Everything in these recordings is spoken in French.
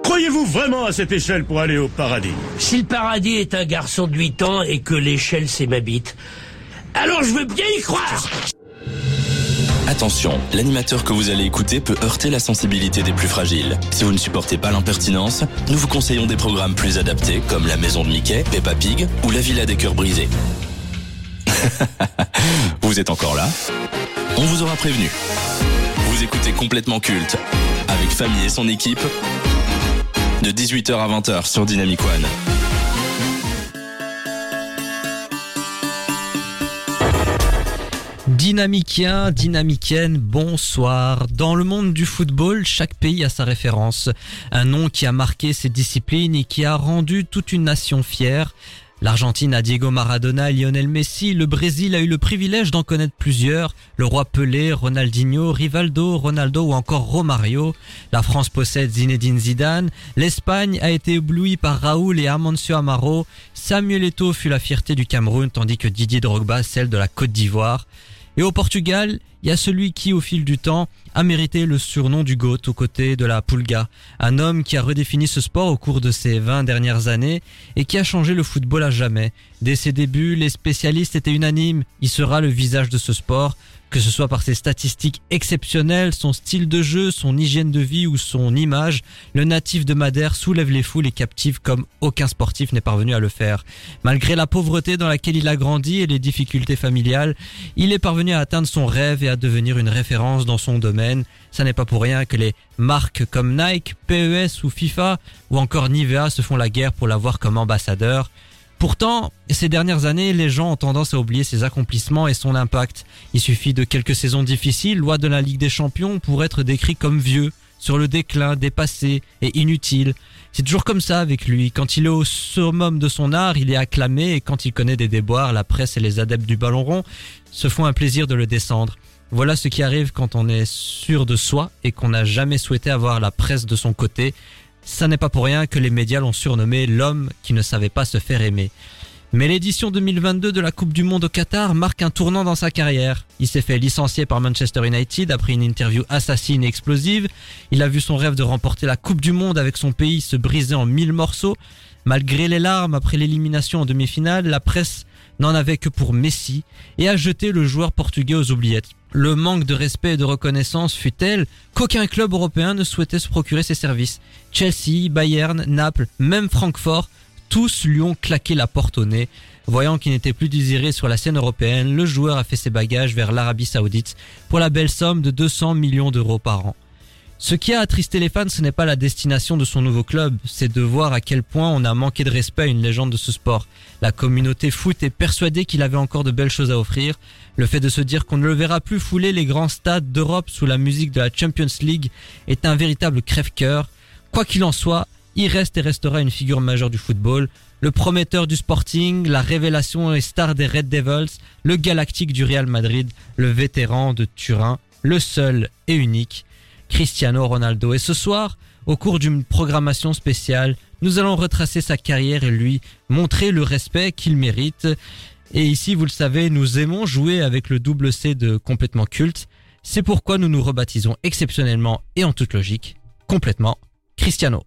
Croyez-vous vraiment à cette échelle pour aller au paradis? Si le paradis est un garçon de 8 ans et que l'échelle c'est ma bite, alors je veux bien y croire. Attention, l'animateur que vous allez écouter peut heurter la sensibilité des plus fragiles. Si vous ne supportez pas l'impertinence, nous vous conseillons des programmes plus adaptés comme La Maison de Mickey, Peppa Pig ou La Villa des Cœurs Brisés. Vous êtes encore là? On vous aura prévenu. Vous écoutez Complètement Culte avec Famille et son équipe de 18h à 20h sur Dynamic One. Dynamicien, dynamicienne, bonsoir. Dans le monde du football, chaque pays a sa référence. Un nom qui a marqué ses disciplines et qui a rendu toute une nation fière. L'Argentine a Diego Maradona et Lionel Messi. Le Brésil a eu le privilège d'en connaître plusieurs. Le roi Pelé, Ronaldinho, Rivaldo, Ronaldo ou encore Romario. La France possède Zinedine Zidane. L'Espagne a été éblouie par Raúl et Amancio Amaro. Samuel Eto'o fut la fierté du Cameroun tandis que Didier Drogba celle de la Côte d'Ivoire. Et au Portugal, il y a celui qui, au fil du temps, a mérité le surnom du GOAT aux côtés de la Pulga. Un homme qui a redéfini ce sport au cours de ces 20 dernières années et qui a changé le football à jamais. Dès ses débuts, les spécialistes étaient unanimes. Il sera le visage de ce sport, que ce soit par ses statistiques exceptionnelles, son style de jeu, son hygiène de vie ou son image. Le natif de Madère soulève les foules et captive comme aucun sportif n'est parvenu à le faire. Malgré la pauvreté dans laquelle il a grandi et les difficultés familiales, il est parvenu à atteindre son rêve et à devenir une référence dans son domaine. Ça n'est pas pour rien que les marques comme Nike, PES ou FIFA ou encore Nivea se font la guerre pour l'avoir comme ambassadeur. Pourtant, ces dernières années, les gens ont tendance à oublier ses accomplissements et son impact. Il suffit de quelques saisons difficiles, loin de la Ligue des Champions, pour être décrit comme vieux, sur le déclin, dépassé et inutile. C'est toujours comme ça avec lui. Quand il est au summum de son art, il est acclamé et quand il connaît des déboires, la presse et les adeptes du ballon rond se font un plaisir de le descendre. Voilà ce qui arrive quand on est sûr de soi et qu'on n'a jamais souhaité avoir la presse de son côté. Ça n'est pas pour rien que les médias l'ont surnommé l'homme qui ne savait pas se faire aimer. Mais l'édition 2022 de la Coupe du Monde au Qatar marque un tournant dans sa carrière. Il s'est fait licencier par Manchester United après une interview assassine et explosive. Il a vu son rêve de remporter la Coupe du Monde avec son pays se briser en 1000 morceaux. Malgré les larmes après l'élimination en demi-finale, la presse n'en avait que pour Messi et a jeté le joueur portugais aux oubliettes. Le manque de respect et de reconnaissance fut tel qu'aucun club européen ne souhaitait se procurer ses services. Chelsea, Bayern, Naples, même Francfort, tous lui ont claqué la porte au nez. Voyant qu'il n'était plus désiré sur la scène européenne, le joueur a fait ses bagages vers l'Arabie Saoudite pour la belle somme de 200 millions d'euros par an. Ce qui a attristé les fans, ce n'est pas la destination de son nouveau club, c'est de voir à quel point on a manqué de respect à une légende de ce sport. La communauté foot est persuadée qu'il avait encore de belles choses à offrir. Le fait de se dire qu'on ne le verra plus fouler les grands stades d'Europe sous la musique de la Champions League est un véritable crève-cœur. Quoi qu'il en soit, il reste et restera une figure majeure du football, le prometteur du Sporting, la révélation et star des Red Devils, le galactique du Real Madrid, le vétéran de Turin, le seul et unique Cristiano Ronaldo. Et ce soir, au cours d'une programmation spéciale, nous allons retracer sa carrière et lui montrer le respect qu'il mérite. Et ici, vous le savez, nous aimons jouer avec le double C de Complètement Culte. C'est pourquoi nous nous rebaptisons exceptionnellement et en toute logique, Complètement Cristiano.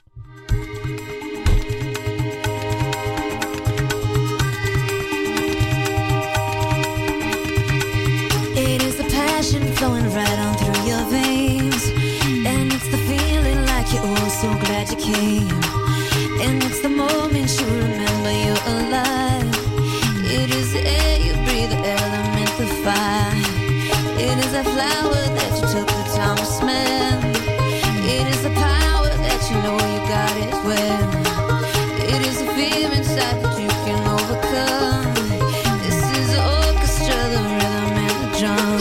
It is the passion flowing right on through your veins. And it's the feeling like you're all so glad you came. And it's the moment you remember you're alive. It is the air you breathe, the element, the fire. It is that flower that you took the time to smell. It is the power that you know you got it well. It is a fear inside that you can overcome. This is the orchestra, the rhythm and the drum.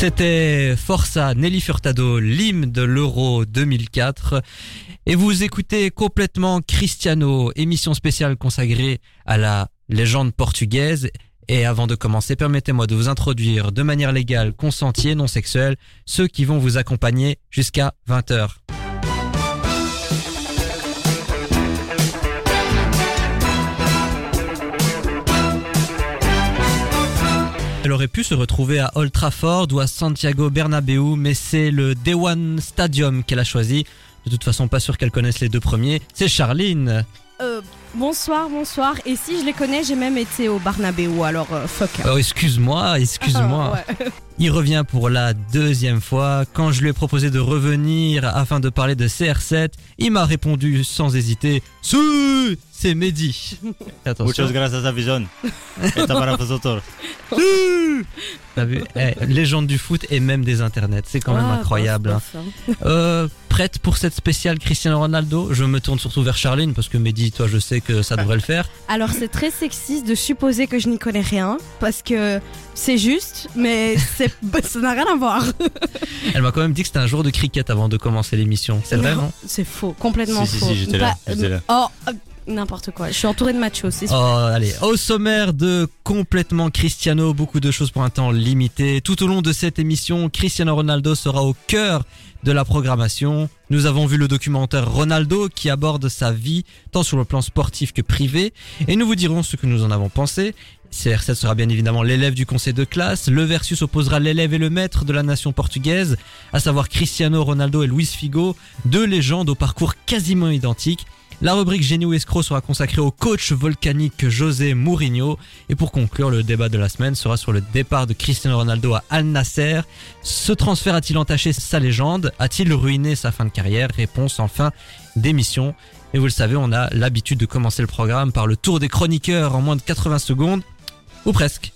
C'était Forza Nelly Furtado, l'hymne de l'Euro 2004. Et vous écoutez complètement Cristiano, émission spéciale consacrée à la légende portugaise. Et avant de commencer, permettez-moi de vous introduire de manière légale, consentie et non sexuelle, ceux qui vont vous accompagner jusqu'à 20h. Elle aurait pu se retrouver à Old Trafford ou à Santiago Bernabéu, mais c'est le Day One Stadium qu'elle a choisi. De toute façon, pas sûr qu'elle connaisse les deux premiers. C'est Charline. Bonsoir. Et si je les connais, j'ai même été au Bernabéu, alors fuck. Oh, excuse-moi. Ouais. Il revient pour la deuxième fois. Quand je lui ai proposé de revenir afin de parler de CR7, il m'a répondu sans hésiter. C'est Mehdi. Attention. Muchas gracias a Vision. Et para vosotros. T'as vu, légende du foot et même des internets, c'est quand même incroyable. Prête pour cette spéciale Cristiano Ronaldo? Je me tourne surtout vers Charline parce que Mehdi, toi je sais que ça devrait le faire. Alors c'est très sexiste de supposer que je n'y connais rien, parce que c'est juste, mais ça n'a rien à voir. Elle m'a quand même dit que c'était un jour de cricket avant de commencer l'émission, c'est vrai non? C'est faux, complètement faux. Si, j'étais là. N'importe quoi, je suis entourée de machos, c'est sûr. Allez, au sommaire de Complètement Cristiano, beaucoup de choses pour un temps limité. Tout au long de cette émission, Cristiano Ronaldo sera au cœur de la programmation. Nous avons vu le documentaire Ronaldo qui aborde sa vie, tant sur le plan sportif que privé, et nous vous dirons ce que nous en avons pensé. CR7 sera bien évidemment l'élève du conseil de classe. Le versus opposera l'élève et le maître de la nation portugaise, à savoir Cristiano Ronaldo et Luis Figo, deux légendes au parcours quasiment identique. La rubrique Génie ou escroc sera consacrée au coach volcanique José Mourinho. Et pour conclure, le débat de la semaine sera sur le départ de Cristiano Ronaldo à Al Nasser. Ce transfert a-t-il entaché sa légende? A-t-il ruiné sa fin de carrière? Réponse en fin d'émission. Et vous le savez, on a l'habitude de commencer le programme par le tour des chroniqueurs en moins de 80 secondes. Ou presque.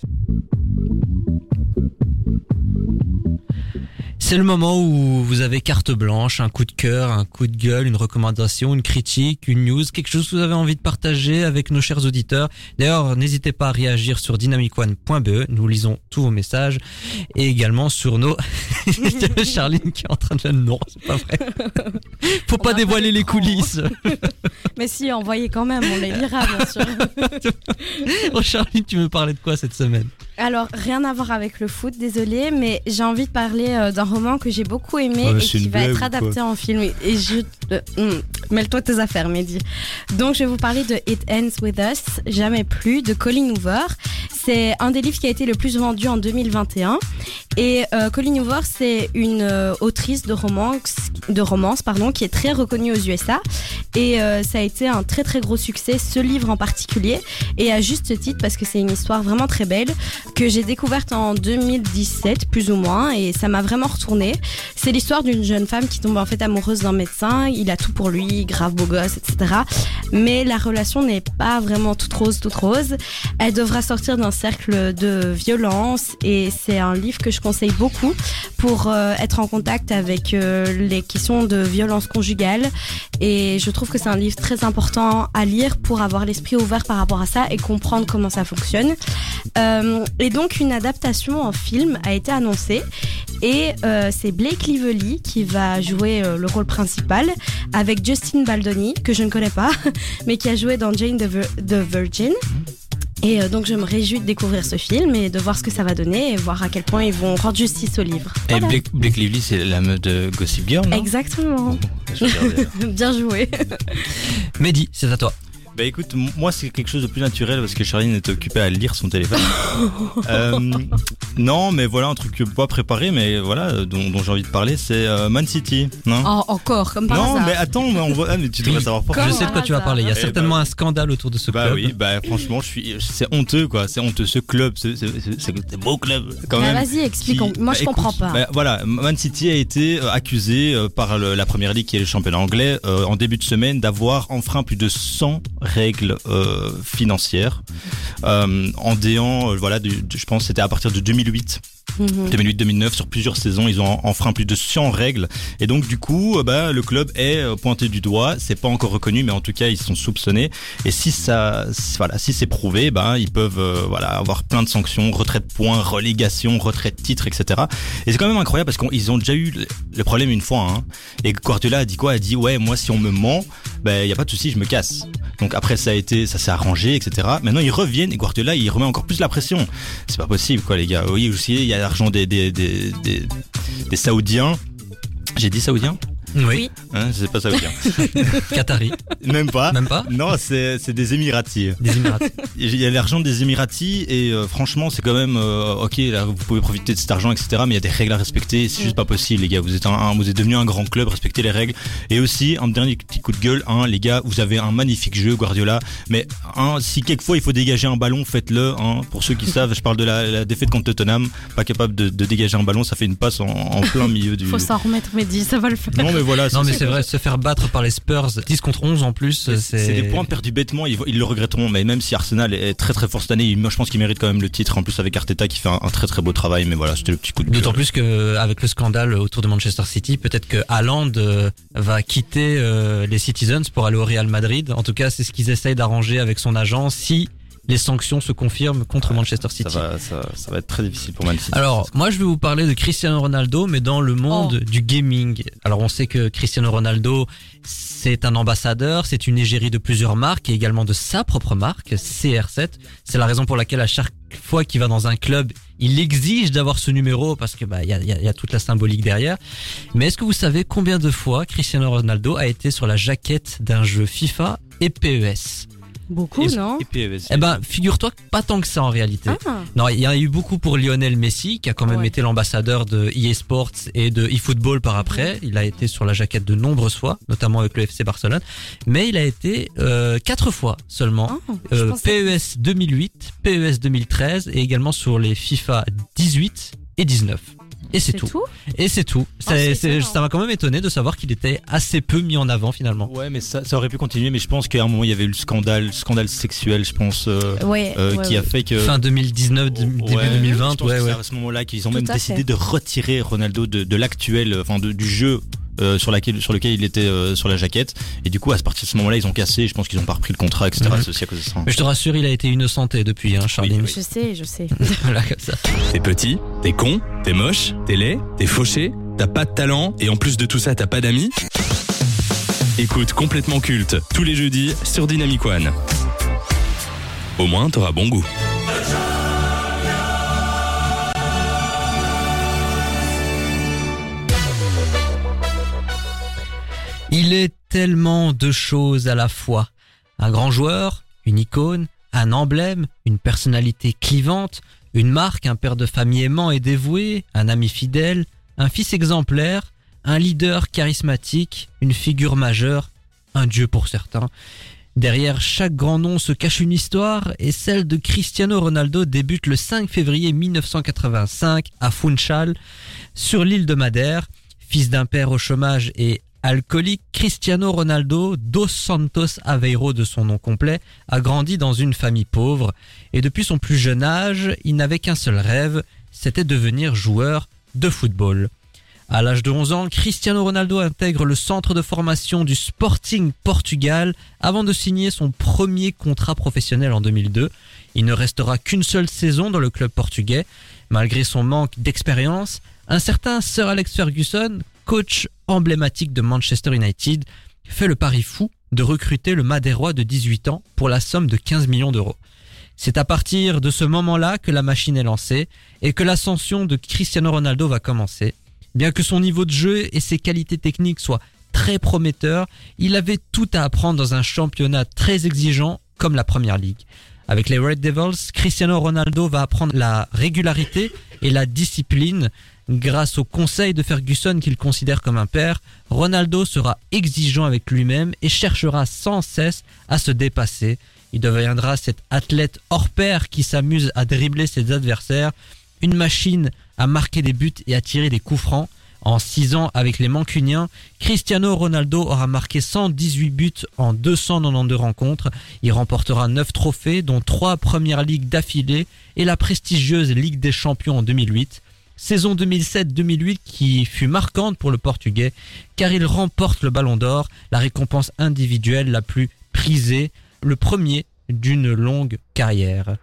C'est le moment où vous avez carte blanche, un coup de cœur, un coup de gueule, une recommandation, une critique, une news, quelque chose que vous avez envie de partager avec nos chers auditeurs. D'ailleurs, n'hésitez pas à réagir sur dynamicone.be, nous lisons tous vos messages, et également sur nos... Charline qui est en train de faire non, c'est pas vrai. Faut pas dévoiler les coulisses. Mais si, envoyez quand même, on les lira bien sûr. Oh Charline, tu veux parler de quoi cette semaine? Alors, rien à voir avec le foot, désolé, mais j'ai envie de parler d'un roman que j'ai beaucoup aimé et qui va être adapté en film. Et mêle-toi tes affaires, Mehdi. Donc, je vais vous parler de It Ends With Us, Jamais Plus, de Colleen Hoover. C'est un des livres qui a été le plus vendu en 2021. Et Colleen Hoover, c'est une autrice de romance, qui est très reconnue aux USA. Et ça a été un très très gros succès, ce livre en particulier. Et à juste titre, parce que c'est une histoire vraiment très belle, que j'ai découverte en 2017, plus ou moins, et ça m'a vraiment retourné. C'est l'histoire d'une jeune femme qui tombe en fait amoureuse d'un médecin. Il a tout pour lui, grave beau gosse, etc. Mais la relation n'est pas vraiment toute rose. Elle devra sortir d'un cercle de violence, et c'est un livre que je conseille beaucoup pour être en contact avec les questions de violence conjugale. Et je trouve que c'est un livre très important à lire pour avoir l'esprit ouvert par rapport à ça et comprendre comment ça fonctionne. Et donc une adaptation en film a été annoncée, et c'est Blake Lively qui va jouer le rôle principal avec Justin Baldoni, que je ne connais pas, mais qui a joué dans Jane the Virgin. Et donc je me réjouis de découvrir ce film et de voir ce que ça va donner et voir à quel point ils vont rendre justice au livre. Voilà. Et Blake Lively, c'est la meuf de Gossip Girl, non? Exactement. Bien joué. Mehdi, c'est à toi. Bah écoute, moi c'est quelque chose de plus naturel parce que Charline était occupée à lire son téléphone. Non, mais voilà un truc pas préparé, mais voilà dont j'ai envie de parler, c'est Man City, non? Oh, encore comme par hasard. Non, mais attends, mais on voit, mais tu devrais savoir pourquoi. Je sais de quoi tu vas parler. Il y a certainement un scandale autour de ce club. Bah oui, bah franchement, c'est honteux quoi, c'est honteux ce club, c'est beau club quand même. Vas-y, explique. Moi je comprends pas. Bah, voilà, Man City a été accusé par la Premier League, qui est le championnat anglais, en début de semaine, d'avoir enfreint plus de 100 règles financières en déant, voilà, je pense que c'était à partir de 2008. 2008-2009, sur plusieurs saisons, ils ont enfreint plus de 100 règles. Et donc du coup, le club est pointé du doigt. C'est pas encore reconnu, mais en tout cas, ils sont soupçonnés. Et si c'est prouvé, ils peuvent avoir plein de sanctions, retrait de points, relégation, retrait de titres, etc. Et c'est quand même incroyable parce qu'ils ont déjà eu le problème une fois. Hein. Et Guardiola a dit quoi ? Il a dit ouais, moi si on me ment, y a pas de souci, je me casse. Donc après ça s'est arrangé, etc. Maintenant ils reviennent et Guardiola il remet encore plus la pression. C'est pas possible quoi les gars. Oui aussi il y a l'argent des Saoudiens. J'ai dit Saoudiens ? Oui. Hein, c'est pas saoudien. Qatari. Même pas. Même pas. Non, c'est des Émiratis. Des Émiratis. Il y a l'argent des Émiratis et franchement, c'est quand même ok. Là, vous pouvez profiter de cet argent, etc. Mais il y a des règles à respecter. C'est juste pas possible, les gars. Vous êtes devenu un grand club. Respectez les règles. Et aussi, un dernier petit coup de gueule. Les gars, vous avez un magnifique jeu, Guardiola. Mais si quelquefois il faut dégager un ballon, faites-le. Pour ceux qui savent, je parle de la défaite contre Tottenham. Pas capable de dégager un ballon, ça fait une passe en plein milieu du. Faut s'en remettre, Mehdi. Ça va le faire. Non, mais voilà. Non mais c'est vrai, se faire battre par les Spurs 10 contre 11 en plus, c'est des points perdus bêtement, ils le regretteront, mais même si Arsenal est très très fort cette année, moi je pense qu'il mérite quand même le titre, en plus avec Arteta qui fait un très très beau travail, mais voilà, c'était le petit coup de gueule. D'autant plus qu'avec le scandale autour de Manchester City, peut-être que Haaland va quitter les Citizens pour aller au Real Madrid. En tout cas, c'est ce qu'ils essayent d'arranger avec son agent si les sanctions se confirment contre Manchester City. Ça va être très difficile pour Man City. Alors, moi je vais vous parler de Cristiano Ronaldo, mais dans le monde du gaming. Alors on sait que Cristiano Ronaldo, c'est un ambassadeur, c'est une égérie de plusieurs marques et également de sa propre marque, CR7. C'est la raison pour laquelle à chaque fois qu'il va dans un club, il exige d'avoir ce numéro parce que y a toute la symbolique derrière. Mais est-ce que vous savez combien de fois Cristiano Ronaldo a été sur la jaquette d'un jeu FIFA et PES ? Beaucoup, non ? Figure-toi que pas tant que ça en réalité. Non, il y en a eu beaucoup pour Lionel Messi, qui a quand même été l'ambassadeur de EA Sports et de eFootball par après. Il a été sur la jaquette de nombreuses fois, notamment avec le FC Barcelone. Mais il a été 4 fois seulement. PES 2008, PES 2013 et également sur les FIFA 18 et 19. Et c'est tout. Et c'est tout. Ça m'a quand même étonné de savoir qu'il était assez peu mis en avant finalement. Ouais, mais ça aurait pu continuer, mais je pense qu'à un moment il y avait eu le scandale sexuel, je pense, qui a fait que fin 2019, début 2020. Je pense que c'est à ce moment-là qu'ils ont même décidé de retirer Ronaldo de l'actuel, du jeu. Sur lequel il était sur la jaquette, et du coup à partir de ce moment-là ils ont cassé, je pense qu'ils ont pas repris le contrat, etc. C'est aussi à cause de ça. Mais je te rassure, il a été innocenté depuis, Charline. Oui. Je sais. Voilà, comme ça. T'es petit, t'es con, t'es moche, t'es laid, t'es fauché, t'as pas de talent et en plus de tout ça t'as pas d'amis. Écoute Complètement Culte tous les jeudis sur Dynamic One. Au moins t'auras bon goût. Il est tellement de choses à la fois. Un grand joueur, une icône, un emblème, une personnalité clivante, une marque, un père de famille aimant et dévoué, un ami fidèle, un fils exemplaire, un leader charismatique, une figure majeure, un dieu pour certains. Derrière chaque grand nom se cache une histoire et celle de Cristiano Ronaldo débute le 5 février 1985 à Funchal, sur l'île de Madère. Fils d'un père au chômage et alcoolique, Cristiano Ronaldo dos Santos Aveiro de son nom complet a grandi dans une famille pauvre et depuis son plus jeune âge, il n'avait qu'un seul rêve, c'était devenir joueur de football. À l'âge de 11 ans, Cristiano Ronaldo intègre le centre de formation du Sporting Portugal avant de signer son premier contrat professionnel en 2002. Il ne restera qu'une seule saison dans le club portugais. Malgré son manque d'expérience, un certain Sir Alex Ferguson, coach emblématique de Manchester United, fait le pari fou de recruter le Madérois de 18 ans pour la somme de 15 millions d'euros. C'est à partir de ce moment-là que la machine est lancée et que l'ascension de Cristiano Ronaldo va commencer. Bien que son niveau de jeu et ses qualités techniques soient très prometteurs, il avait tout à apprendre dans un championnat très exigeant comme la Premier League. Avec les Red Devils, Cristiano Ronaldo va apprendre la régularité et la discipline. Grâce aux conseils de Ferguson qu'il considère comme un père, Ronaldo sera exigeant avec lui-même et cherchera sans cesse à se dépasser. Il deviendra cet athlète hors pair qui s'amuse à dribbler ses adversaires, une machine à marquer des buts et à tirer des coups francs. En 6 ans avec les Mancuniens, Cristiano Ronaldo aura marqué 118 buts en 292 rencontres. Il remportera 9 trophées, dont 3 Première Ligue d'affilée et la prestigieuse Ligue des Champions en 2008. Saison 2007-2008 qui fut marquante pour le Portugais car il remporte le Ballon d'Or, la récompense individuelle la plus prisée, le premier d'une longue carrière.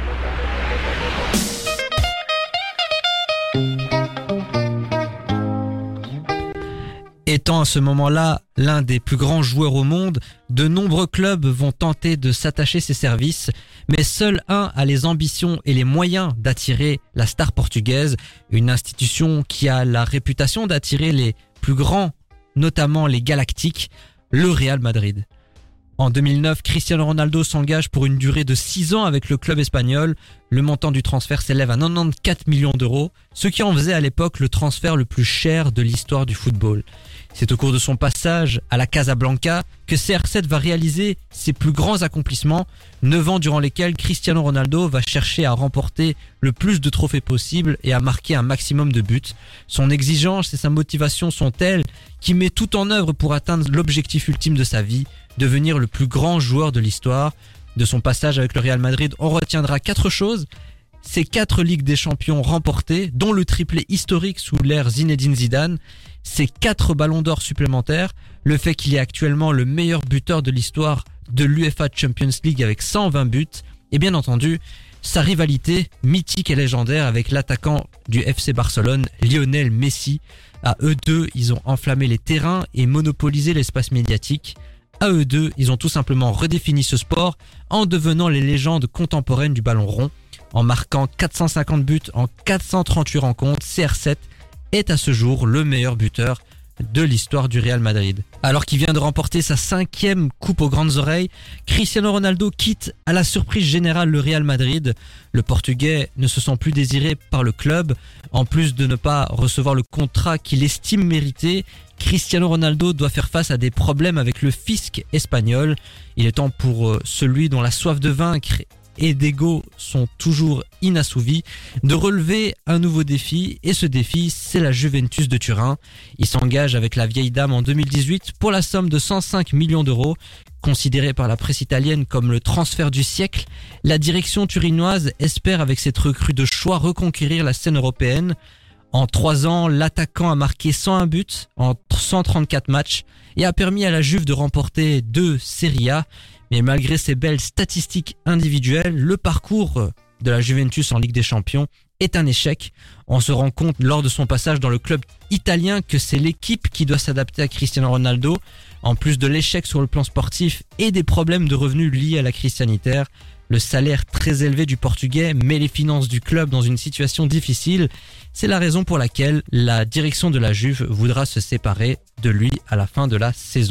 Étant à ce moment-là l'un des plus grands joueurs au monde, de nombreux clubs vont tenter de s'attacher ses services, mais seul un a les ambitions et les moyens d'attirer la star portugaise, une institution qui a la réputation d'attirer les plus grands, notamment les Galactiques, le Real Madrid. En 2009, Cristiano Ronaldo s'engage pour une durée de 6 ans avec le club espagnol. Le montant du transfert s'élève à 94 millions d'euros, ce qui en faisait à l'époque le transfert le plus cher de l'histoire du football. C'est au cours de son passage à la Casablanca que CR7 va réaliser ses plus grands accomplissements, 9 ans durant lesquels Cristiano Ronaldo va chercher à remporter le plus de trophées possible et à marquer un maximum de buts. Son exigence et sa motivation sont telles qu'il met tout en œuvre pour atteindre l'objectif ultime de sa vie, devenir le plus grand joueur de l'histoire. De son passage avec le Real Madrid, on retiendra 4 choses. Ses 4 Ligues des Champions remportées, dont le triplé historique sous l'ère Zinedine Zidane, ses 4 ballons d'or supplémentaires, le fait qu'il est actuellement le meilleur buteur de l'histoire de l'UEFA Champions League avec 120 buts, et bien entendu, sa rivalité mythique et légendaire avec l'attaquant du FC Barcelone, Lionel Messi. À eux deux, ils ont enflammé les terrains et monopolisé l'espace médiatique. À eux deux, ils ont tout simplement redéfini ce sport en devenant les légendes contemporaines du ballon rond. En marquant 450 buts en 438 rencontres, CR7 est à ce jour le meilleur buteur de l'histoire du Real Madrid. Alors qu'il vient de remporter sa 5e coupe aux grandes oreilles, Cristiano Ronaldo quitte à la surprise générale le Real Madrid. Le Portugais ne se sent plus désiré par le club. En plus de ne pas recevoir le contrat qu'il estime mérité, Cristiano Ronaldo doit faire face à des problèmes avec le fisc espagnol. Il est temps pour celui dont la soif de vaincre et d'ego sont toujours inassouvis, de relever un nouveau défi, et ce défi, c'est la Juventus de Turin. Il s'engage avec la vieille dame en 2018 pour la somme de 105 millions d'euros. Considéré par la presse italienne comme le transfert du siècle, la direction turinoise espère avec cette recrue de choix reconquérir la scène européenne. En 3 ans, l'attaquant a marqué 101 buts en 134 matchs et a permis à la Juve de remporter 2 Serie A. Mais malgré ces belles statistiques individuelles, le parcours de la Juventus en Ligue des Champions est un échec. On se rend compte lors de son passage dans le club italien que c'est l'équipe qui doit s'adapter à Cristiano Ronaldo. En plus de l'échec sur le plan sportif et des problèmes de revenus liés à la crise sanitaire, le salaire très élevé du Portugais met les finances du club dans une situation difficile. C'est la raison pour laquelle la direction de la Juve voudra se séparer de lui à la fin de la saison.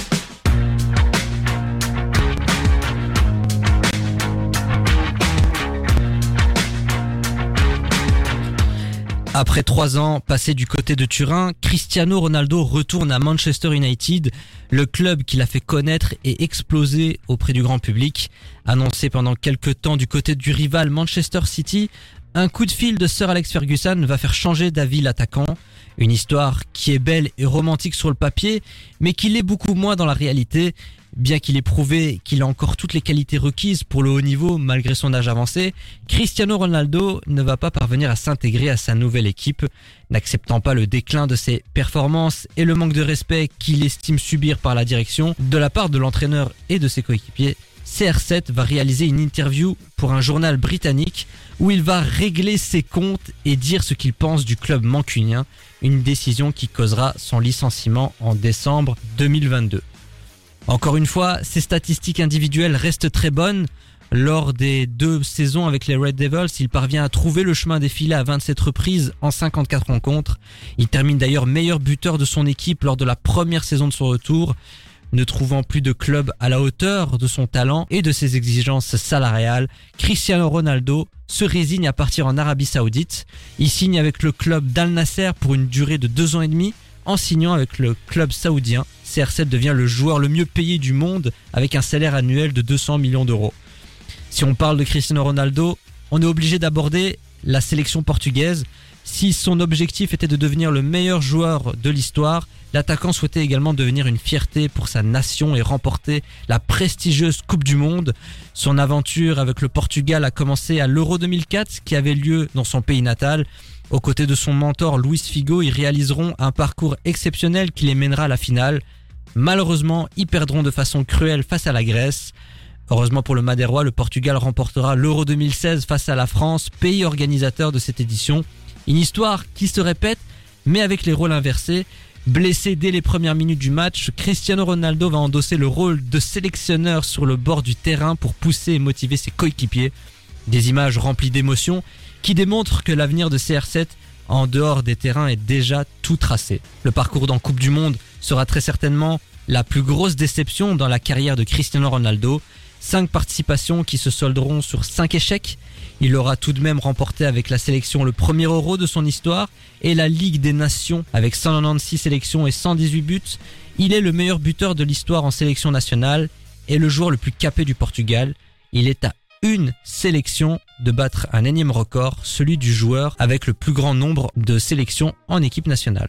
Après 3 ans passés du côté de Turin, Cristiano Ronaldo retourne à Manchester United, le club qui l'a fait connaître et exploser auprès du grand public. Annoncé pendant quelques temps du côté du rival Manchester City, un coup de fil de Sir Alex Ferguson va faire changer d'avis l'attaquant. Une histoire qui est belle et romantique sur le papier, mais qui l'est beaucoup moins dans la réalité. Bien qu'il ait prouvé qu'il a encore toutes les qualités requises pour le haut niveau malgré son âge avancé, Cristiano Ronaldo ne va pas parvenir à s'intégrer à sa nouvelle équipe. N'acceptant pas le déclin de ses performances et le manque de respect qu'il estime subir par la direction de la part de l'entraîneur et de ses coéquipiers, CR7 va réaliser une interview pour un journal britannique où il va régler ses comptes et dire ce qu'il pense du club mancunien, une décision qui causera son licenciement en décembre 2022. Encore une fois, ses statistiques individuelles restent très bonnes. Lors des 2 saisons avec les Red Devils, il parvient à trouver le chemin des filets à 27 reprises en 54 rencontres. Il termine d'ailleurs meilleur buteur de son équipe lors de la première saison de son retour. Ne trouvant plus de club à la hauteur de son talent et de ses exigences salariales, Cristiano Ronaldo se résigne à partir en Arabie Saoudite. Il signe avec le club d'Al Nasser pour une durée de 2 ans et demi. En signant avec le club saoudien, CR7 devient le joueur le mieux payé du monde avec un salaire annuel de 200 millions d'euros. Si on parle de Cristiano Ronaldo, on est obligé d'aborder la sélection portugaise. Si son objectif était de devenir le meilleur joueur de l'histoire, l'attaquant souhaitait également devenir une fierté pour sa nation et remporter la prestigieuse Coupe du Monde. Son aventure avec le Portugal a commencé à l'Euro 2004 qui avait lieu dans son pays natal. Aux côtés de son mentor Luis Figo, ils réaliseront un parcours exceptionnel qui les mènera à la finale. Malheureusement, ils perdront de façon cruelle face à la Grèce. Heureusement pour le Madérois, le Portugal remportera l'Euro 2016 face à la France, pays organisateur de cette édition. Une histoire qui se répète, mais avec les rôles inversés. Blessé dès les premières minutes du match, Cristiano Ronaldo va endosser le rôle de sélectionneur sur le bord du terrain pour pousser et motiver ses coéquipiers. Des images remplies d'émotions qui démontrent que l'avenir de CR7 en dehors des terrains est déjà tout tracé. Le parcours dans Coupe du Monde sera très certainement la plus grosse déception dans la carrière de Cristiano Ronaldo. 5 participations qui se solderont sur 5 échecs. Il aura tout de même remporté avec la sélection le premier Euro de son histoire et la Ligue des Nations avec 196 sélections et 118 buts. Il est le meilleur buteur de l'histoire en sélection nationale et le joueur le plus capé du Portugal. Il est à une sélection de battre un énième record, celui du joueur avec le plus grand nombre de sélections en équipe nationale.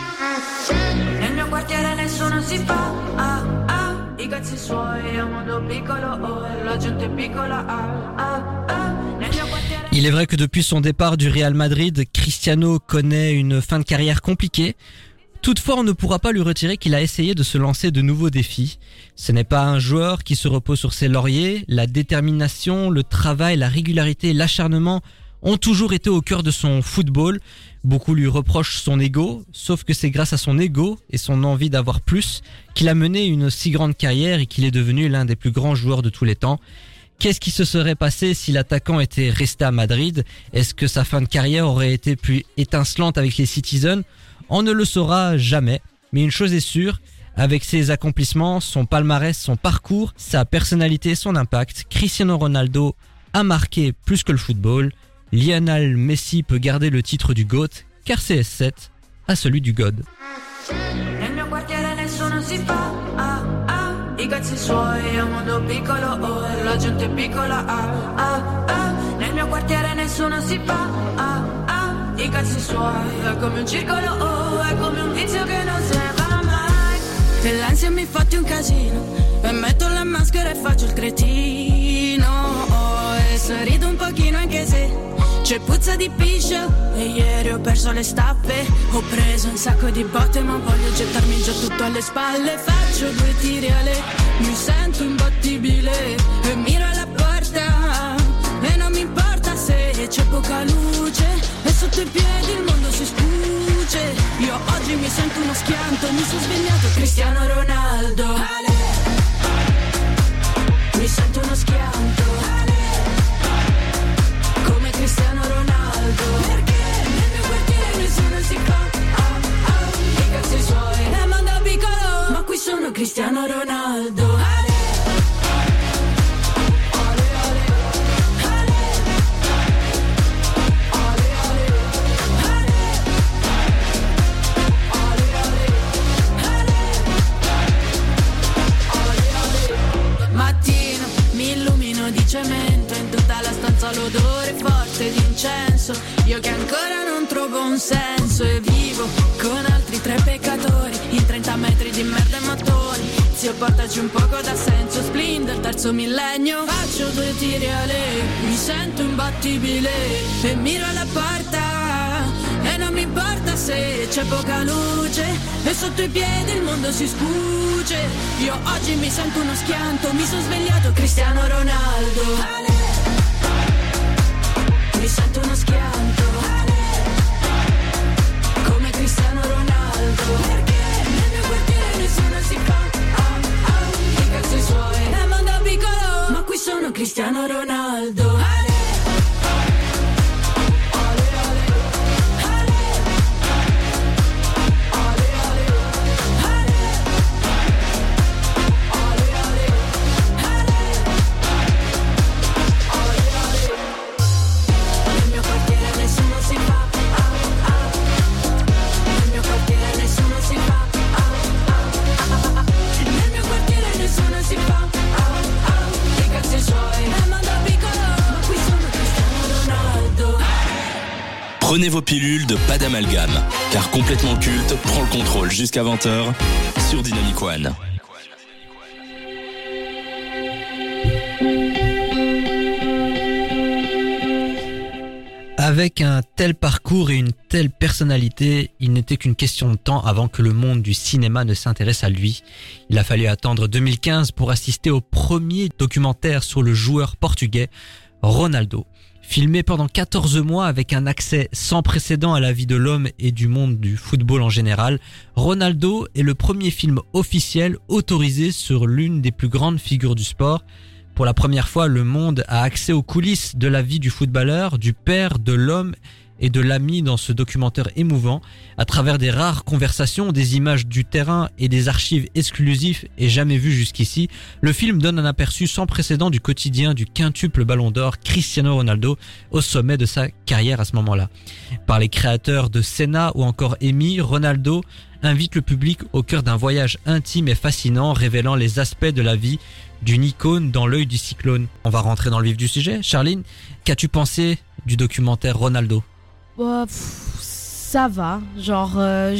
Il est vrai que depuis son départ du Real Madrid, Cristiano connaît une fin de carrière compliquée. Toutefois, on ne pourra pas lui retirer qu'il a essayé de se lancer de nouveaux défis. Ce n'est pas un joueur qui se repose sur ses lauriers. La détermination, le travail, la régularité, l'acharnement ont toujours été au cœur de son football. Beaucoup lui reprochent son ego, sauf que c'est grâce à son ego et son envie d'avoir plus qu'il a mené une si grande carrière et qu'il est devenu l'un des plus grands joueurs de tous les temps. Qu'est-ce qui se serait passé si l'attaquant était resté à Madrid? Est-ce que sa fin de carrière aurait été plus étincelante avec les Citizens? On ne le saura jamais, mais une chose est sûre, avec ses accomplissements, son palmarès, son parcours, sa personnalité, son impact, Cristiano Ronaldo a marqué plus que le football. Lionel Messi peut garder le titre du GOAT, car CR7 a celui du God. I cazzi suoi è un mondo piccolo, oh, e la gente piccola, nel mio quartiere nessuno si fa, i cazzi suoi è come un circolo, oh, è come un vizio che non se ne va mai. E l'ansia mi fatti un casino, e metto la maschera e faccio il cretino, oh, e sorrido un pochino anche se c'è puzza di piscio. E ieri ho perso le staffe, ho preso un sacco di botte, ma voglio gettarmi già tutto alle spalle. Faccio 2 tiri alle, mi sento imbattibile e miro alla porta e non mi importa se c'è poca luce e sotto i piedi il mondo si spuge. Io oggi mi sento uno schianto, mi sono svegliato Cristiano Ronaldo. Mi sento uno schianto come Cristiano Ronaldo, perché nel mio quartiere nessuno si fa i cazzi suoi è mondo piccolo, ma qui sono Cristiano Ronaldo. Mattino mi illumino di cemento, in tutta la stanza l'odore forte di incenso. Io che ancora non trovo un senso e vivo con altri 3 peccatori in 30 metri di merda e mattoni. Zio, portaci un poco d'assenso, splin del terzo millennio. Faccio 2 tiri a lei, mi sento imbattibile e miro alla porta e non mi importa se c'è poca luce e sotto i piedi il mondo si spuge. Io oggi mi sento uno schianto, mi sono svegliato Cristiano Ronaldo. Mi sento uno schianto come Cristiano Ronaldo, perché nel mio quartiere nessuno si fa i cazzi suoi è mondo piccolo, ma qui sono Cristiano Ronaldo. Prenez vos pilules de pas d'amalgame, car complètement culte prend le contrôle jusqu'à 20h sur Dynamic One. Avec un tel parcours et une telle personnalité, il n'était qu'une question de temps avant que le monde du cinéma ne s'intéresse à lui. Il a fallu attendre 2015 pour assister au premier documentaire sur le joueur portugais Ronaldo. Filmé pendant 14 mois avec un accès sans précédent à la vie de l'homme et du monde du football en général, Ronaldo est le premier film officiel autorisé sur l'une des plus grandes figures du sport. Pour la première fois, le monde a accès aux coulisses de la vie du footballeur, du père, de l'homme et de l'ami dans ce documentaire émouvant. À travers des rares conversations, des images du terrain et des archives exclusives et jamais vues jusqu'ici, le film donne un aperçu sans précédent du quotidien du quintuple ballon d'or Cristiano Ronaldo au sommet de sa carrière à ce moment-là. Par les créateurs de Senna ou encore Emi, Ronaldo invite le public au cœur d'un voyage intime et fascinant, révélant les aspects de la vie d'une icône dans l'œil du cyclone. On va rentrer dans le vif du sujet. Charline, qu'as-tu pensé du documentaire Ronaldo ? Ça va, genre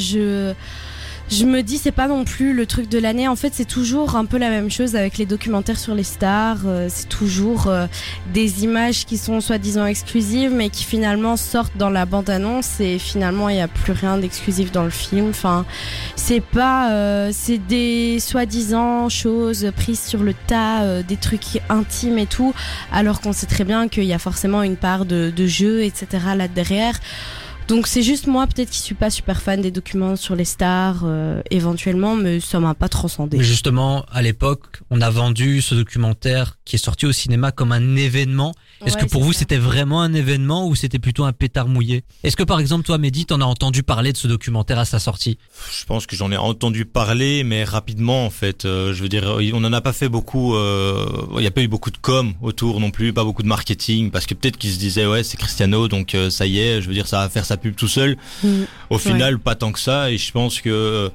je me dis c'est pas non plus le truc de l'année. En fait c'est toujours un peu la même chose avec les documentaires sur les stars, c'est toujours des images qui sont soi-disant exclusives mais qui finalement sortent dans la bande-annonce et finalement il y a plus rien d'exclusif dans le film. Enfin c'est pas c'est des soi-disant choses prises sur le tas, des trucs intimes et tout, alors qu'on sait très bien qu'il y a forcément une part de jeu etc là derrière. Donc c'est juste moi peut-être qui suis pas super fan des documents sur les stars éventuellement, mais ça m'a pas transcendé. Mais justement à l'époque on a vendu ce documentaire qui est sorti au cinéma comme un événement. Est-ce que pour vous c'était vraiment un événement ou c'était plutôt un pétard mouillé ? Est-ce que par exemple toi Mehdi t'en as entendu parler de ce documentaire à sa sortie ? Je pense que j'en ai entendu parler mais rapidement en fait. Je veux dire on en a pas fait beaucoup, il y a pas eu beaucoup de com autour non plus, pas beaucoup de marketing parce que peut-être qu'ils se disaient ouais c'est Cristiano donc ça y est, je veux dire ça va faire sa pub tout seul. Au final pas tant que ça et je pense que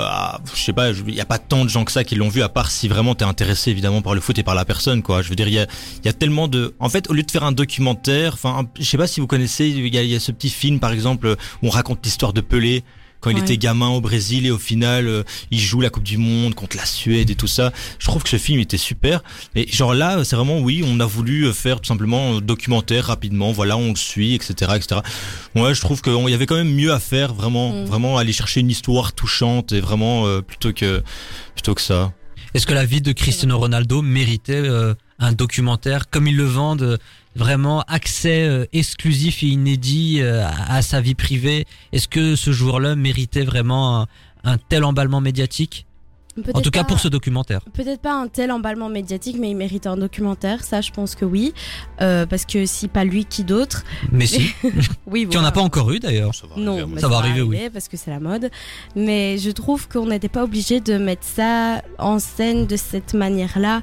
je sais pas, il y a pas tant de gens que ça qui l'ont vu à part si vraiment t'es intéressé évidemment par le foot et par la personne quoi. Je veux dire il y a tellement de en fait au lieu de faire un documentaire, enfin je sais pas si vous connaissez, il y a ce petit film par exemple où on raconte l'histoire de Pelé quand il était gamin au Brésil et au final il joue la Coupe du Monde contre la Suède et tout ça. Je trouve que ce film était super. Et genre là c'est vraiment oui on a voulu faire tout simplement un documentaire rapidement, voilà on le suit etc. Ouais je trouve qu'il y avait quand même mieux à faire vraiment aller chercher une histoire touchante et vraiment plutôt que ça. Est-ce que la vie de Cristiano Ronaldo méritait un documentaire comme ils le vendent, vraiment accès exclusif et inédit à sa vie privée? Est-ce que ce joueur-là méritait vraiment un tel emballement médiatique? En tout cas pour ce documentaire. Peut-être pas un tel emballement médiatique, mais il mérite un documentaire, ça je pense que oui. Parce que si pas lui, qui d'autre? Mais si. Oui, voilà. Tu en as pas encore eu d'ailleurs. Non, ça va arriver oui. Parce que c'est la mode. Mais je trouve qu'on n'était pas obligé de mettre ça en scène de cette manière-là.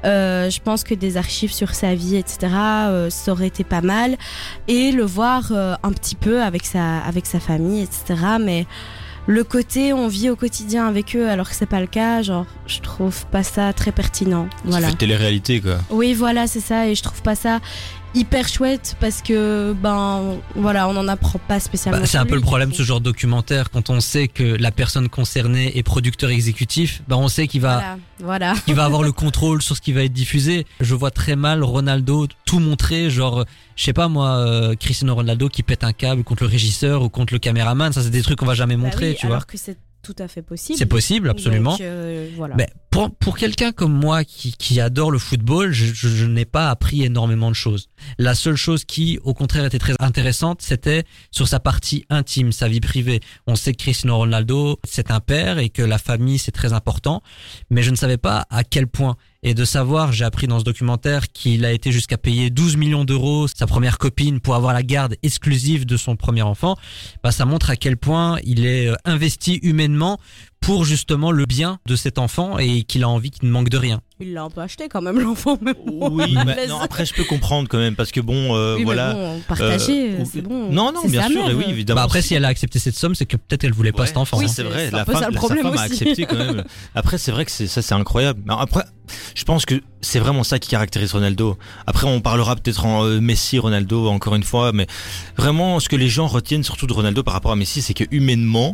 Je pense que des archives sur sa vie, etc., ça aurait été pas mal. Et le voir un petit peu avec sa famille, etc., mais... Le côté on vit au quotidien avec eux alors que c'est pas le cas, genre je trouve pas ça très pertinent. Voilà. Ça fait télé-réalité quoi. Oui voilà c'est ça et je trouve pas ça hyper chouette parce que voilà on en apprend pas spécialement. C'est un peu le problème de ce genre de documentaire quand on sait que la personne concernée est producteur exécutif, on sait qu'il va qu'il va avoir le contrôle sur ce qui va être diffusé. Je vois très mal Ronaldo tout montrer, genre je sais pas moi Cristiano Ronaldo qui pète un câble contre le régisseur ou contre le caméraman, ça c'est des trucs qu'on va jamais montrer, tu vois. Alors que c'est tout à fait possible. C'est possible, absolument. Donc, voilà. Mais pour quelqu'un comme moi qui adore le football, je n'ai pas appris énormément de choses. La seule chose qui, au contraire, était très intéressante, c'était sur sa partie intime, sa vie privée. On sait que Cristiano Ronaldo, c'est un père et que la famille, c'est très important. Mais je ne savais pas à quel point. Et de savoir, j'ai appris dans ce documentaire qu'il a été jusqu'à payer 12 millions d'euros sa première copine pour avoir la garde exclusive de son premier enfant. Ça montre à quel point il est investi humainement pour justement le bien de cet enfant et qu'il a envie qu'il ne manque de rien. Il l'a un peu acheté quand même l'enfant. Oui, non, après je peux comprendre quand même parce que oui, voilà. Mais bon, partager, c'est bon. Non, bien sûr, et oui, évidemment. Après, si elle a accepté cette somme, c'est que peut-être elle voulait pas cet enfant. Oui, c'est vrai. La femme a accepté quand même. Après, c'est vrai que c'est incroyable. Mais après, je pense que c'est vraiment ça qui caractérise Ronaldo. Après, on parlera peut-être en Messi, Ronaldo, encore une fois, mais vraiment, ce que les gens retiennent surtout de Ronaldo par rapport à Messi, c'est que humainement,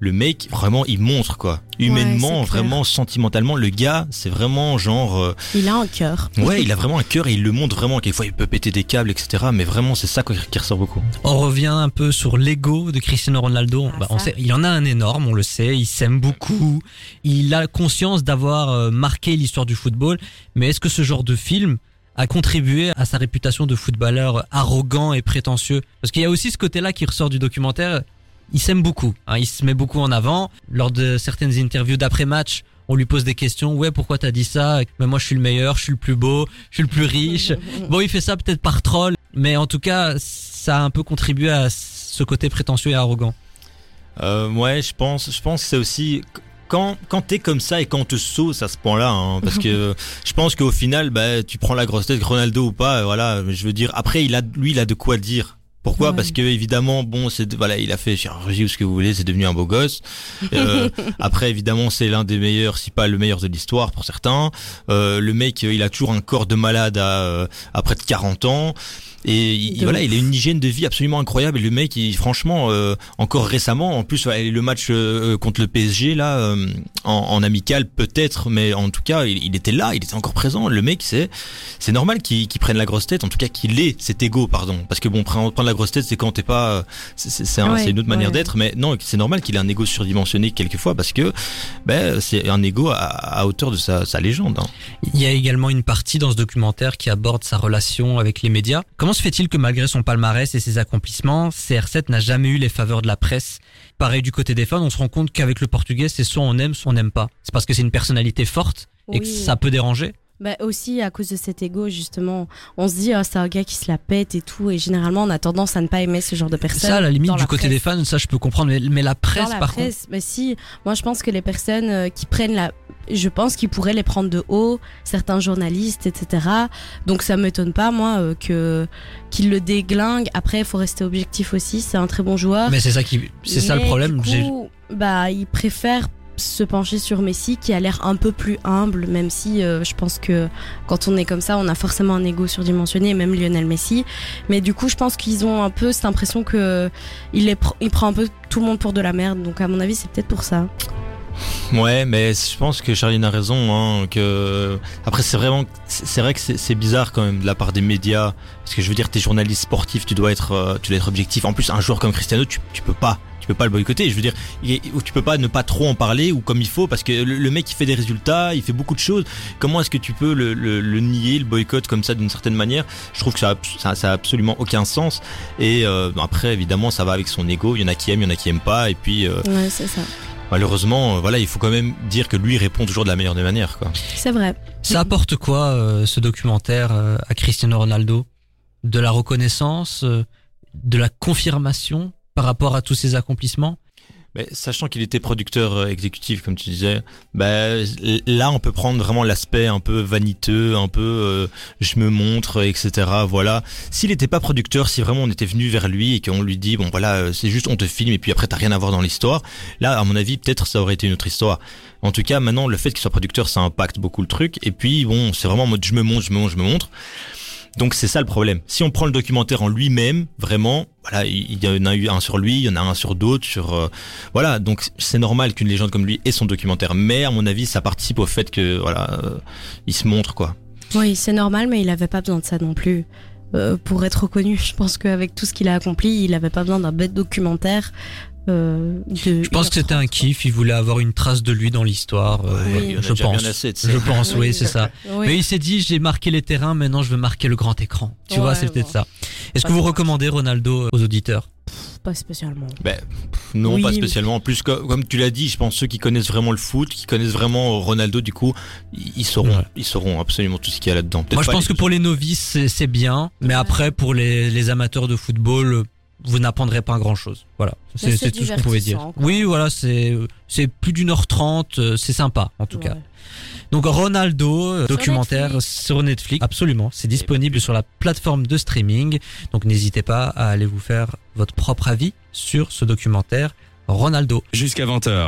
le mec, vraiment, il montre, quoi. Humainement, vraiment, sentimentalement, le gars, c'est vraiment genre... il a un cœur. Ouais, il a vraiment un cœur et il le montre vraiment. Quelquefois, il peut péter des câbles, etc. Mais vraiment, c'est ça qui ressort beaucoup. On revient un peu sur l'ego de Cristiano Ronaldo. On sait, il en a un énorme, on le sait. Il s'aime beaucoup. Il a conscience d'avoir marqué l'histoire du football. Mais est-ce que ce genre de film a contribué à sa réputation de footballeur arrogant et prétentieux? Parce qu'il y a aussi ce côté-là qui ressort du documentaire. Il s'aime beaucoup, hein, il se met beaucoup en avant. Lors de certaines interviews d'après-match, on lui pose des questions. Ouais, pourquoi t'as dit ça? Mais moi, je suis le meilleur, je suis le plus beau, je suis le plus riche. Bon, il fait ça peut-être par troll, mais en tout cas, ça a un peu contribué à ce côté prétentieux et arrogant. Ouais, je pense que c'est aussi... Quand t'es comme ça et quand on te sauce à ce point-là, hein, parce que je pense qu'au final, tu prends la grosse tête, Ronaldo ou pas, voilà, je veux dire, après, il a de quoi dire. Pourquoi? Parce que évidemment, bon, il a fait chirurgie ou ce que vous voulez, c'est devenu un beau gosse. Après, évidemment, c'est l'un des meilleurs, si pas le meilleur de l'histoire pour certains. Le mec, il a toujours un corps de malade à près de 40 ans. Et il a une hygiène de vie absolument incroyable. Et le mec, franchement, encore récemment, en plus, le match contre le PSG là, en amical peut-être, mais en tout cas, il était là, il était encore présent. Le mec, c'est normal qu'il prenne la grosse tête, en tout cas qu'il ait cet ego, pardon. Parce que bon, prendre la grosse tête, c'est quand t'es pas, c'est une autre manière d'être. Mais non, c'est normal qu'il ait un ego surdimensionné quelquefois parce que c'est un ego à hauteur de sa légende. Hein. Il y a également une partie dans ce documentaire qui aborde sa relation avec les médias. Comment se fait-il que malgré son palmarès et ses accomplissements, CR7 n'a jamais eu les faveurs de la presse? Pareil du côté des fans, on se rend compte qu'avec le portugais, c'est soit on aime, soit on n'aime pas. C'est parce que c'est une personnalité forte et que ça peut déranger. Aussi à cause de cet ego justement, on se dit c'est un gars qui se la pète et tout, et généralement on a tendance à ne pas aimer ce genre de personnes. Ça, à la limite du côté des fans, ça je peux comprendre, mais la presse par contre. Si, moi je pense que les personnes qui prennent je pense qu'ils pourraient les prendre de haut, certains journalistes, etc. Donc ça m'étonne pas moi qu'ils le déglinguent. Après il faut rester objectif aussi, c'est un très bon joueur. Mais c'est ça le problème. Du coup, il préfère se pencher sur Messi qui a l'air un peu plus humble, même si je pense que quand on est comme ça on a forcément un ego surdimensionné, même Lionel Messi, mais du coup je pense qu'ils ont un peu cette impression que il prend un peu tout le monde pour de la merde, donc à mon avis c'est peut-être pour ça. Ouais, mais je pense que Charline a raison, hein, que après c'est vrai que c'est bizarre quand même de la part des médias, parce que je veux dire, t'es journaliste sportif, tu dois être objectif. En plus, un joueur comme Cristiano, tu peux pas le boycotter. Je veux dire, tu peux pas ne pas trop en parler ou comme il faut, parce que le mec il fait des résultats, il fait beaucoup de choses. Comment est-ce que tu peux le nier, le boycott comme ça d'une certaine manière? Je trouve que ça a absolument aucun sens. Et après évidemment ça va avec son ego. Il y en a qui aiment, il y en a qui aiment pas. Et puis ouais, c'est ça. Malheureusement, il faut quand même dire que lui répond toujours de la meilleure des manières, quoi. C'est vrai. Ça apporte quoi ce documentaire à Cristiano Ronaldo? De la reconnaissance, de la confirmation par rapport à tous ses accomplissements? Sachant qu'il était producteur exécutif, comme tu disais, là on peut prendre vraiment l'aspect un peu vaniteux, un peu je me montre, etc. Voilà. S'il n'était pas producteur, si vraiment on était venu vers lui et qu'on lui dit bon voilà, c'est juste on te filme et puis après t'as rien à voir dans l'histoire, là à mon avis peut-être ça aurait été une autre histoire. En tout cas maintenant le fait qu'il soit producteur ça impacte beaucoup le truc, et puis bon c'est vraiment en mode je me montre. Donc c'est ça le problème. Si on prend le documentaire en lui-même, vraiment, voilà, il y en a eu un sur lui, il y en a un sur d'autres, voilà. Donc c'est normal qu'une légende comme lui ait son documentaire. Mais à mon avis, ça participe au fait que il se montre, quoi. Oui, c'est normal, mais il avait pas besoin de ça non plus pour être reconnu. Je pense qu'avec tout ce qu'il a accompli, il avait pas besoin d'un bête documentaire. Je pense que c'était un kiff, il voulait avoir une trace de lui dans l'histoire, je pense, oui, c'est ça. Oui. Mais il s'est dit, j'ai marqué les terrains, maintenant je veux marquer le grand écran. Tu vois, c'est peut-être ça. Est-ce que vous recommandez Ronaldo aux auditeurs? Pas spécialement. Non, pas spécialement. En plus, comme tu l'as dit, je pense ceux qui connaissent vraiment le foot, qui connaissent vraiment Ronaldo, du coup, ils sauront absolument tout ce qu'il y a là-dedans. Moi, je pense que pour les novices, c'est bien, mais après, pour les amateurs de football, vous n'apprendrez pas grand chose. Voilà. C'est tout ce qu'on pouvait dire. Quoi. Oui, voilà, c'est plus d'1h30, c'est sympa, en tout cas. Donc, Ronaldo, documentaire sur Netflix. Absolument. C'est disponible sur la plateforme de streaming. Donc, n'hésitez pas à aller vous faire votre propre avis sur ce documentaire Ronaldo. Jusqu'à 20h.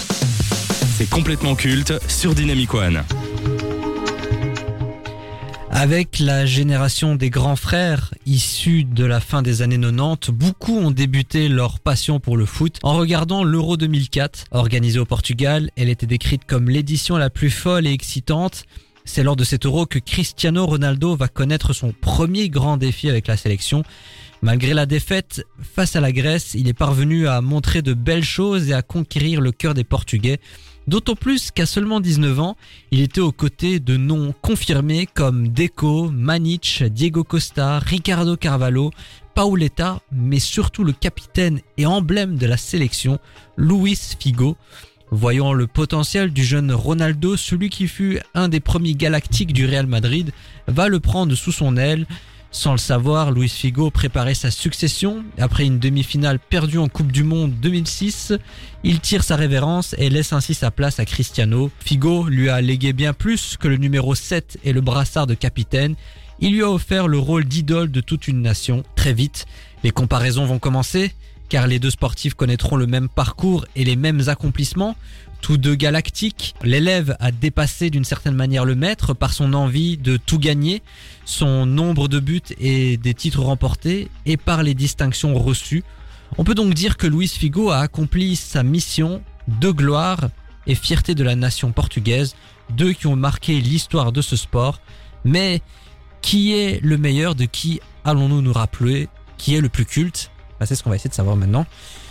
C'est complètement culte sur Dynamic One. Avec la génération des grands frères issus de la fin des années 90, beaucoup ont débuté leur passion pour le foot en regardant l'Euro 2004. Organisée au Portugal, elle était décrite comme l'édition la plus folle et excitante. C'est lors de cet Euro que Cristiano Ronaldo va connaître son premier grand défi avec la sélection. Malgré la défaite face à la Grèce, il est parvenu à montrer de belles choses et à conquérir le cœur des Portugais. D'autant plus qu'à seulement 19 ans, il était aux côtés de noms confirmés comme Deco, Maniche, Diego Costa, Ricardo Carvalho, Pauleta, mais surtout le capitaine et emblème de la sélection, Luis Figo. Voyant le potentiel du jeune Ronaldo, celui qui fut un des premiers galactiques du Real Madrid, va le prendre sous son aile. Sans le savoir, Luis Figo préparait sa succession. Après une demi-finale perdue en Coupe du Monde 2006, il tire sa révérence et laisse ainsi sa place à Cristiano. Figo lui a légué bien plus que le numéro 7 et le brassard de capitaine. Il lui a offert le rôle d'idole de toute une nation. Très vite, les comparaisons vont commencer, car les deux sportifs connaîtront le même parcours et les mêmes accomplissements. Tous deux galactiques, l'élève a dépassé d'une certaine manière le maître par son envie de tout gagner, son nombre de buts et des titres remportés et par les distinctions reçues. On peut donc dire que Luis Figo a accompli sa mission de gloire et fierté de la nation portugaise, deux qui ont marqué l'histoire de ce sport. Mais qui est le meilleur, de qui allons-nous nous rappeler, qui est le plus culte ? C'est ce qu'on va essayer de savoir maintenant.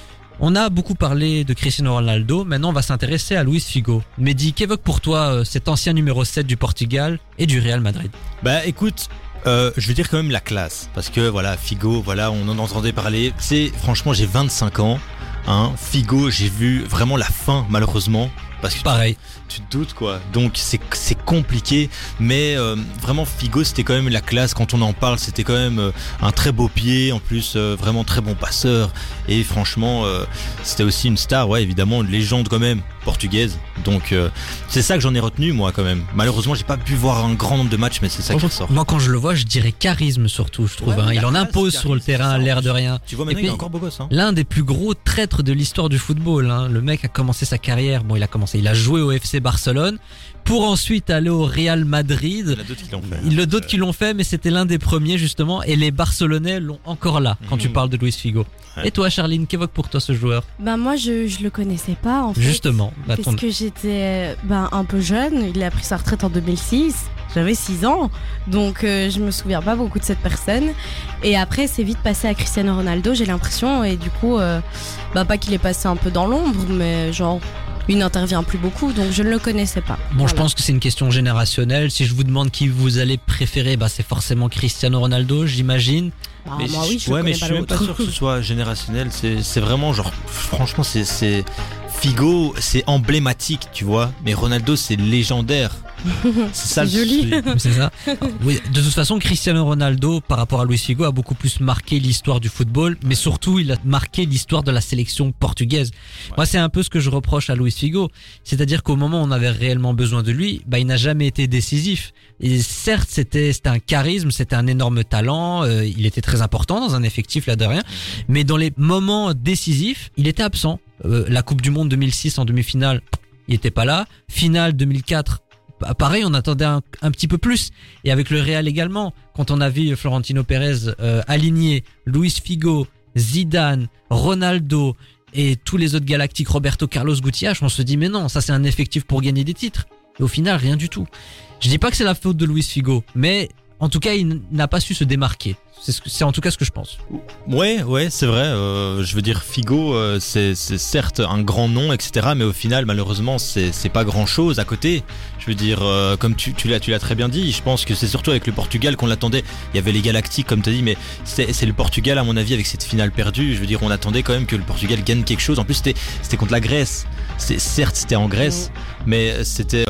On a beaucoup parlé de Cristiano Ronaldo, maintenant on va s'intéresser à Luis Figo. Mehdi, qu'évoque pour toi cet ancien numéro 7 du Portugal et du Real Madrid ? Bah écoute, je veux dire quand même la classe, parce que voilà, Figo, voilà, on en entendait parler. Franchement, j'ai 25 ans, hein, Figo, j'ai vu vraiment la fin malheureusement. Parce que pareil. Tu te doutes quoi. Donc c'est compliqué, mais vraiment Figo c'était quand même la classe. Quand on en parle, c'était quand même un très beau pied, en plus vraiment très bon passeur. Et franchement, c'était aussi une star, ouais évidemment, une légende quand même portugaise. Donc c'est ça que j'en ai retenu moi quand même. Malheureusement, j'ai pas pu voir un grand nombre de matchs, mais c'est ça qui ressort. Moi quand je le vois, je dirais charisme surtout, je trouve. Ouais, il en impose sur le terrain, l'air de rien. Tu vois maintenant, il est encore beau gosse. Hein. L'un des plus gros traîtres de l'histoire du football. Hein. Le mec a commencé sa carrière. Bon, il a joué au FC Barcelone pour ensuite aller au Real Madrid. Il y en a d'autres qui l'ont fait. Il y en a d'autres qui l'ont fait, mais c'était l'un des premiers justement. Et les Barcelonais l'ont encore là quand tu parles de Luis Figo. Ouais. Et toi, Charline, qu'évoque pour toi ce joueur ? Moi, je le connaissais pas en fait. Justement. Parce que j'étais un peu jeune. Il a pris sa retraite en 2006. J'avais 6 ans, donc je me souviens pas beaucoup de cette personne. Et après, c'est vite passé à Cristiano Ronaldo, j'ai l'impression. Et du coup, pas qu'il est passé un peu dans l'ombre, mais genre... il n'intervient plus beaucoup, donc je ne le connaissais pas. Bon, voilà. Je pense que c'est une question générationnelle. Si je vous demande qui vous allez préférer, c'est forcément Cristiano Ronaldo, j'imagine. Moi oui, je mais je suis même pas sûr que ce soit générationnel. C'est vraiment genre, franchement, c'est Figo, c'est emblématique, tu vois. Mais Ronaldo, c'est légendaire. C'est ça, joli. C'est ça. Oui, de toute façon, Cristiano Ronaldo, par rapport à Luis Figo, a beaucoup plus marqué l'histoire du football, mais surtout, il a marqué l'histoire de la sélection portugaise. Ouais. Moi, c'est un peu ce que je reproche à Luis Figo. C'est-à-dire qu'au moment où on avait réellement besoin de lui, il n'a jamais été décisif. Et certes, c'était un charisme, c'était un énorme talent, il était très important dans un effectif là de rien, mais dans les moments décisifs, il était absent. La Coupe du Monde 2006 en demi-finale, il était pas là. Finale 2004, pareil, on attendait un petit peu plus. Et avec le Real également, quand on a vu Florentino Pérez aligner Luis Figo, Zidane, Ronaldo et tous les autres galactiques, Roberto Carlos, Gutiérrez, on se dit mais non, ça c'est un effectif pour gagner des titres. Et au final, rien du tout. Je dis pas que c'est la faute de Luis Figo, mais en tout cas, il n'a pas su se démarquer. C'est en tout cas ce que je pense. Ouais, c'est vrai. Je veux dire, Figo, c'est certes un grand nom, etc. Mais au final, malheureusement, c'est pas grand chose à côté. Je veux dire, comme tu l'as très bien dit, je pense que c'est surtout avec le Portugal qu'on l'attendait. Il y avait les Galactiques, comme tu as dit, mais c'est le Portugal, à mon avis, avec cette finale perdue. Je veux dire, on attendait quand même que le Portugal gagne quelque chose. En plus, c'était contre la Grèce. Certes, c'était en Grèce, mais c'était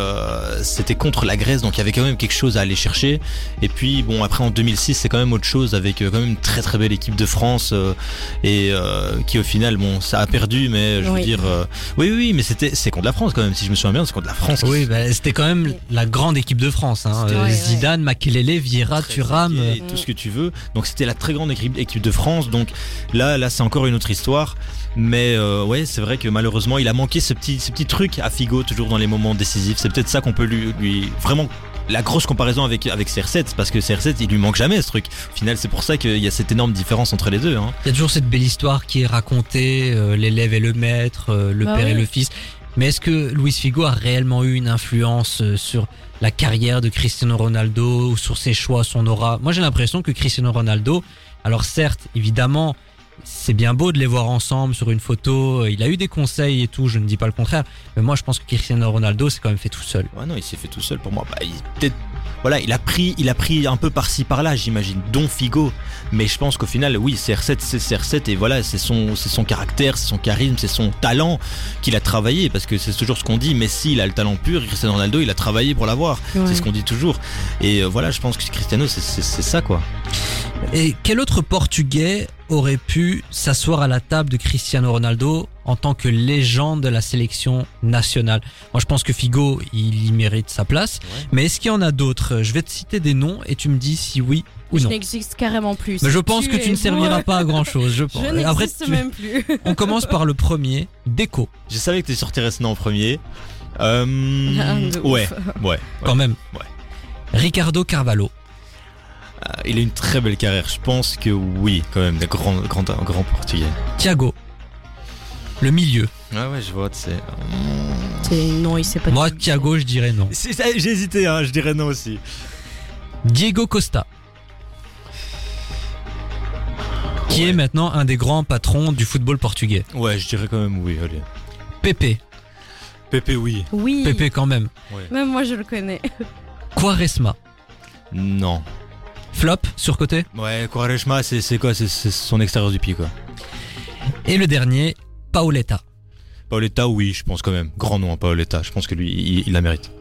contre la Grèce, donc il y avait quand même quelque chose à aller chercher. Et puis, bon, après en 2006, c'est quand même autre chose, avec quand même une très très belle équipe de France qui au final, bon, ça a perdu, mais je veux dire, oui, mais c'est contre la France quand même, si je me souviens bien, c'est contre la France. Oui, c'était quand même la grande équipe de France, hein. Zidane, Makelele, Vieira, Thuram, tout ce que tu veux. Donc c'était la très grande équipe de France. Donc là, c'est encore une autre histoire. Mais c'est vrai que malheureusement, il a manqué ce petit truc à Figo, toujours dans les moments décisifs. C'est peut-être ça qu'on peut lui vraiment la grosse comparaison avec CR7, parce que CR7 il lui manque jamais ce truc. Au final c'est pour ça qu'il y a cette énorme différence entre les deux. Il y a toujours cette belle histoire qui est racontée, l'élève et le maître, le père et le fils. Mais est-ce que Luis Figo a réellement eu une influence sur la carrière de Cristiano Ronaldo ou sur ses choix, son aura? Moi j'ai l'impression que Cristiano Ronaldo, alors certes évidemment c'est bien beau de les voir ensemble sur une photo, il a eu des conseils et tout, je ne dis pas le contraire, mais moi je pense que Cristiano Ronaldo s'est quand même fait tout seul. Ouais non, il s'est fait tout seul pour moi. Il a pris un peu par-ci par-là, j'imagine, dont Figo, mais je pense qu'au final oui, CR7 c'est CR7 et voilà, c'est son caractère, c'est son charisme, c'est son talent qu'il a travaillé, parce que c'est toujours ce qu'on dit, Messi il a le talent pur, Cristiano Ronaldo il a travaillé pour l'avoir, c'est ce qu'on dit toujours, et voilà, je pense que Cristiano c'est ça quoi. Et quel autre Portugais aurait pu s'asseoir à la table de Cristiano Ronaldo en tant que légende de la sélection nationale? Moi je pense que Figo il y mérite sa place, mais est-ce qu'il y en a d'autres? Je vais te citer des noms et tu me dis si oui ou non. Je n'existe carrément plus. Mais je pense que tu ne serviras pas à grand chose. Je n'existe même plus. On commence par le premier, Deco. Je savais que tu sortirais ce nom en premier. Ouais. Quand même. Ouais. Ricardo Carvalho. Il a une très belle carrière, je pense que oui, quand même, un grand Portugais. Thiago, le milieu. Ouais, je vois, non, il sait pas. Moi, Thiago, je dirais non. J'ai hésité, je dirais non aussi. Diego Costa, qui est maintenant un des grands patrons du football portugais. Ouais, je dirais quand même oui, allez. Pepe, oui. Oui. Pepe quand même. Ouais. Même moi, je le connais. Quaresma. Non. Flop, surcoté? Ouais, Quaresma, c'est quoi? C'est son extérieur du pied, quoi. Et le dernier, Paoletta. Paoletta, oui, je pense quand même. Grand nom, Paoletta. Je pense que lui, il la mérite.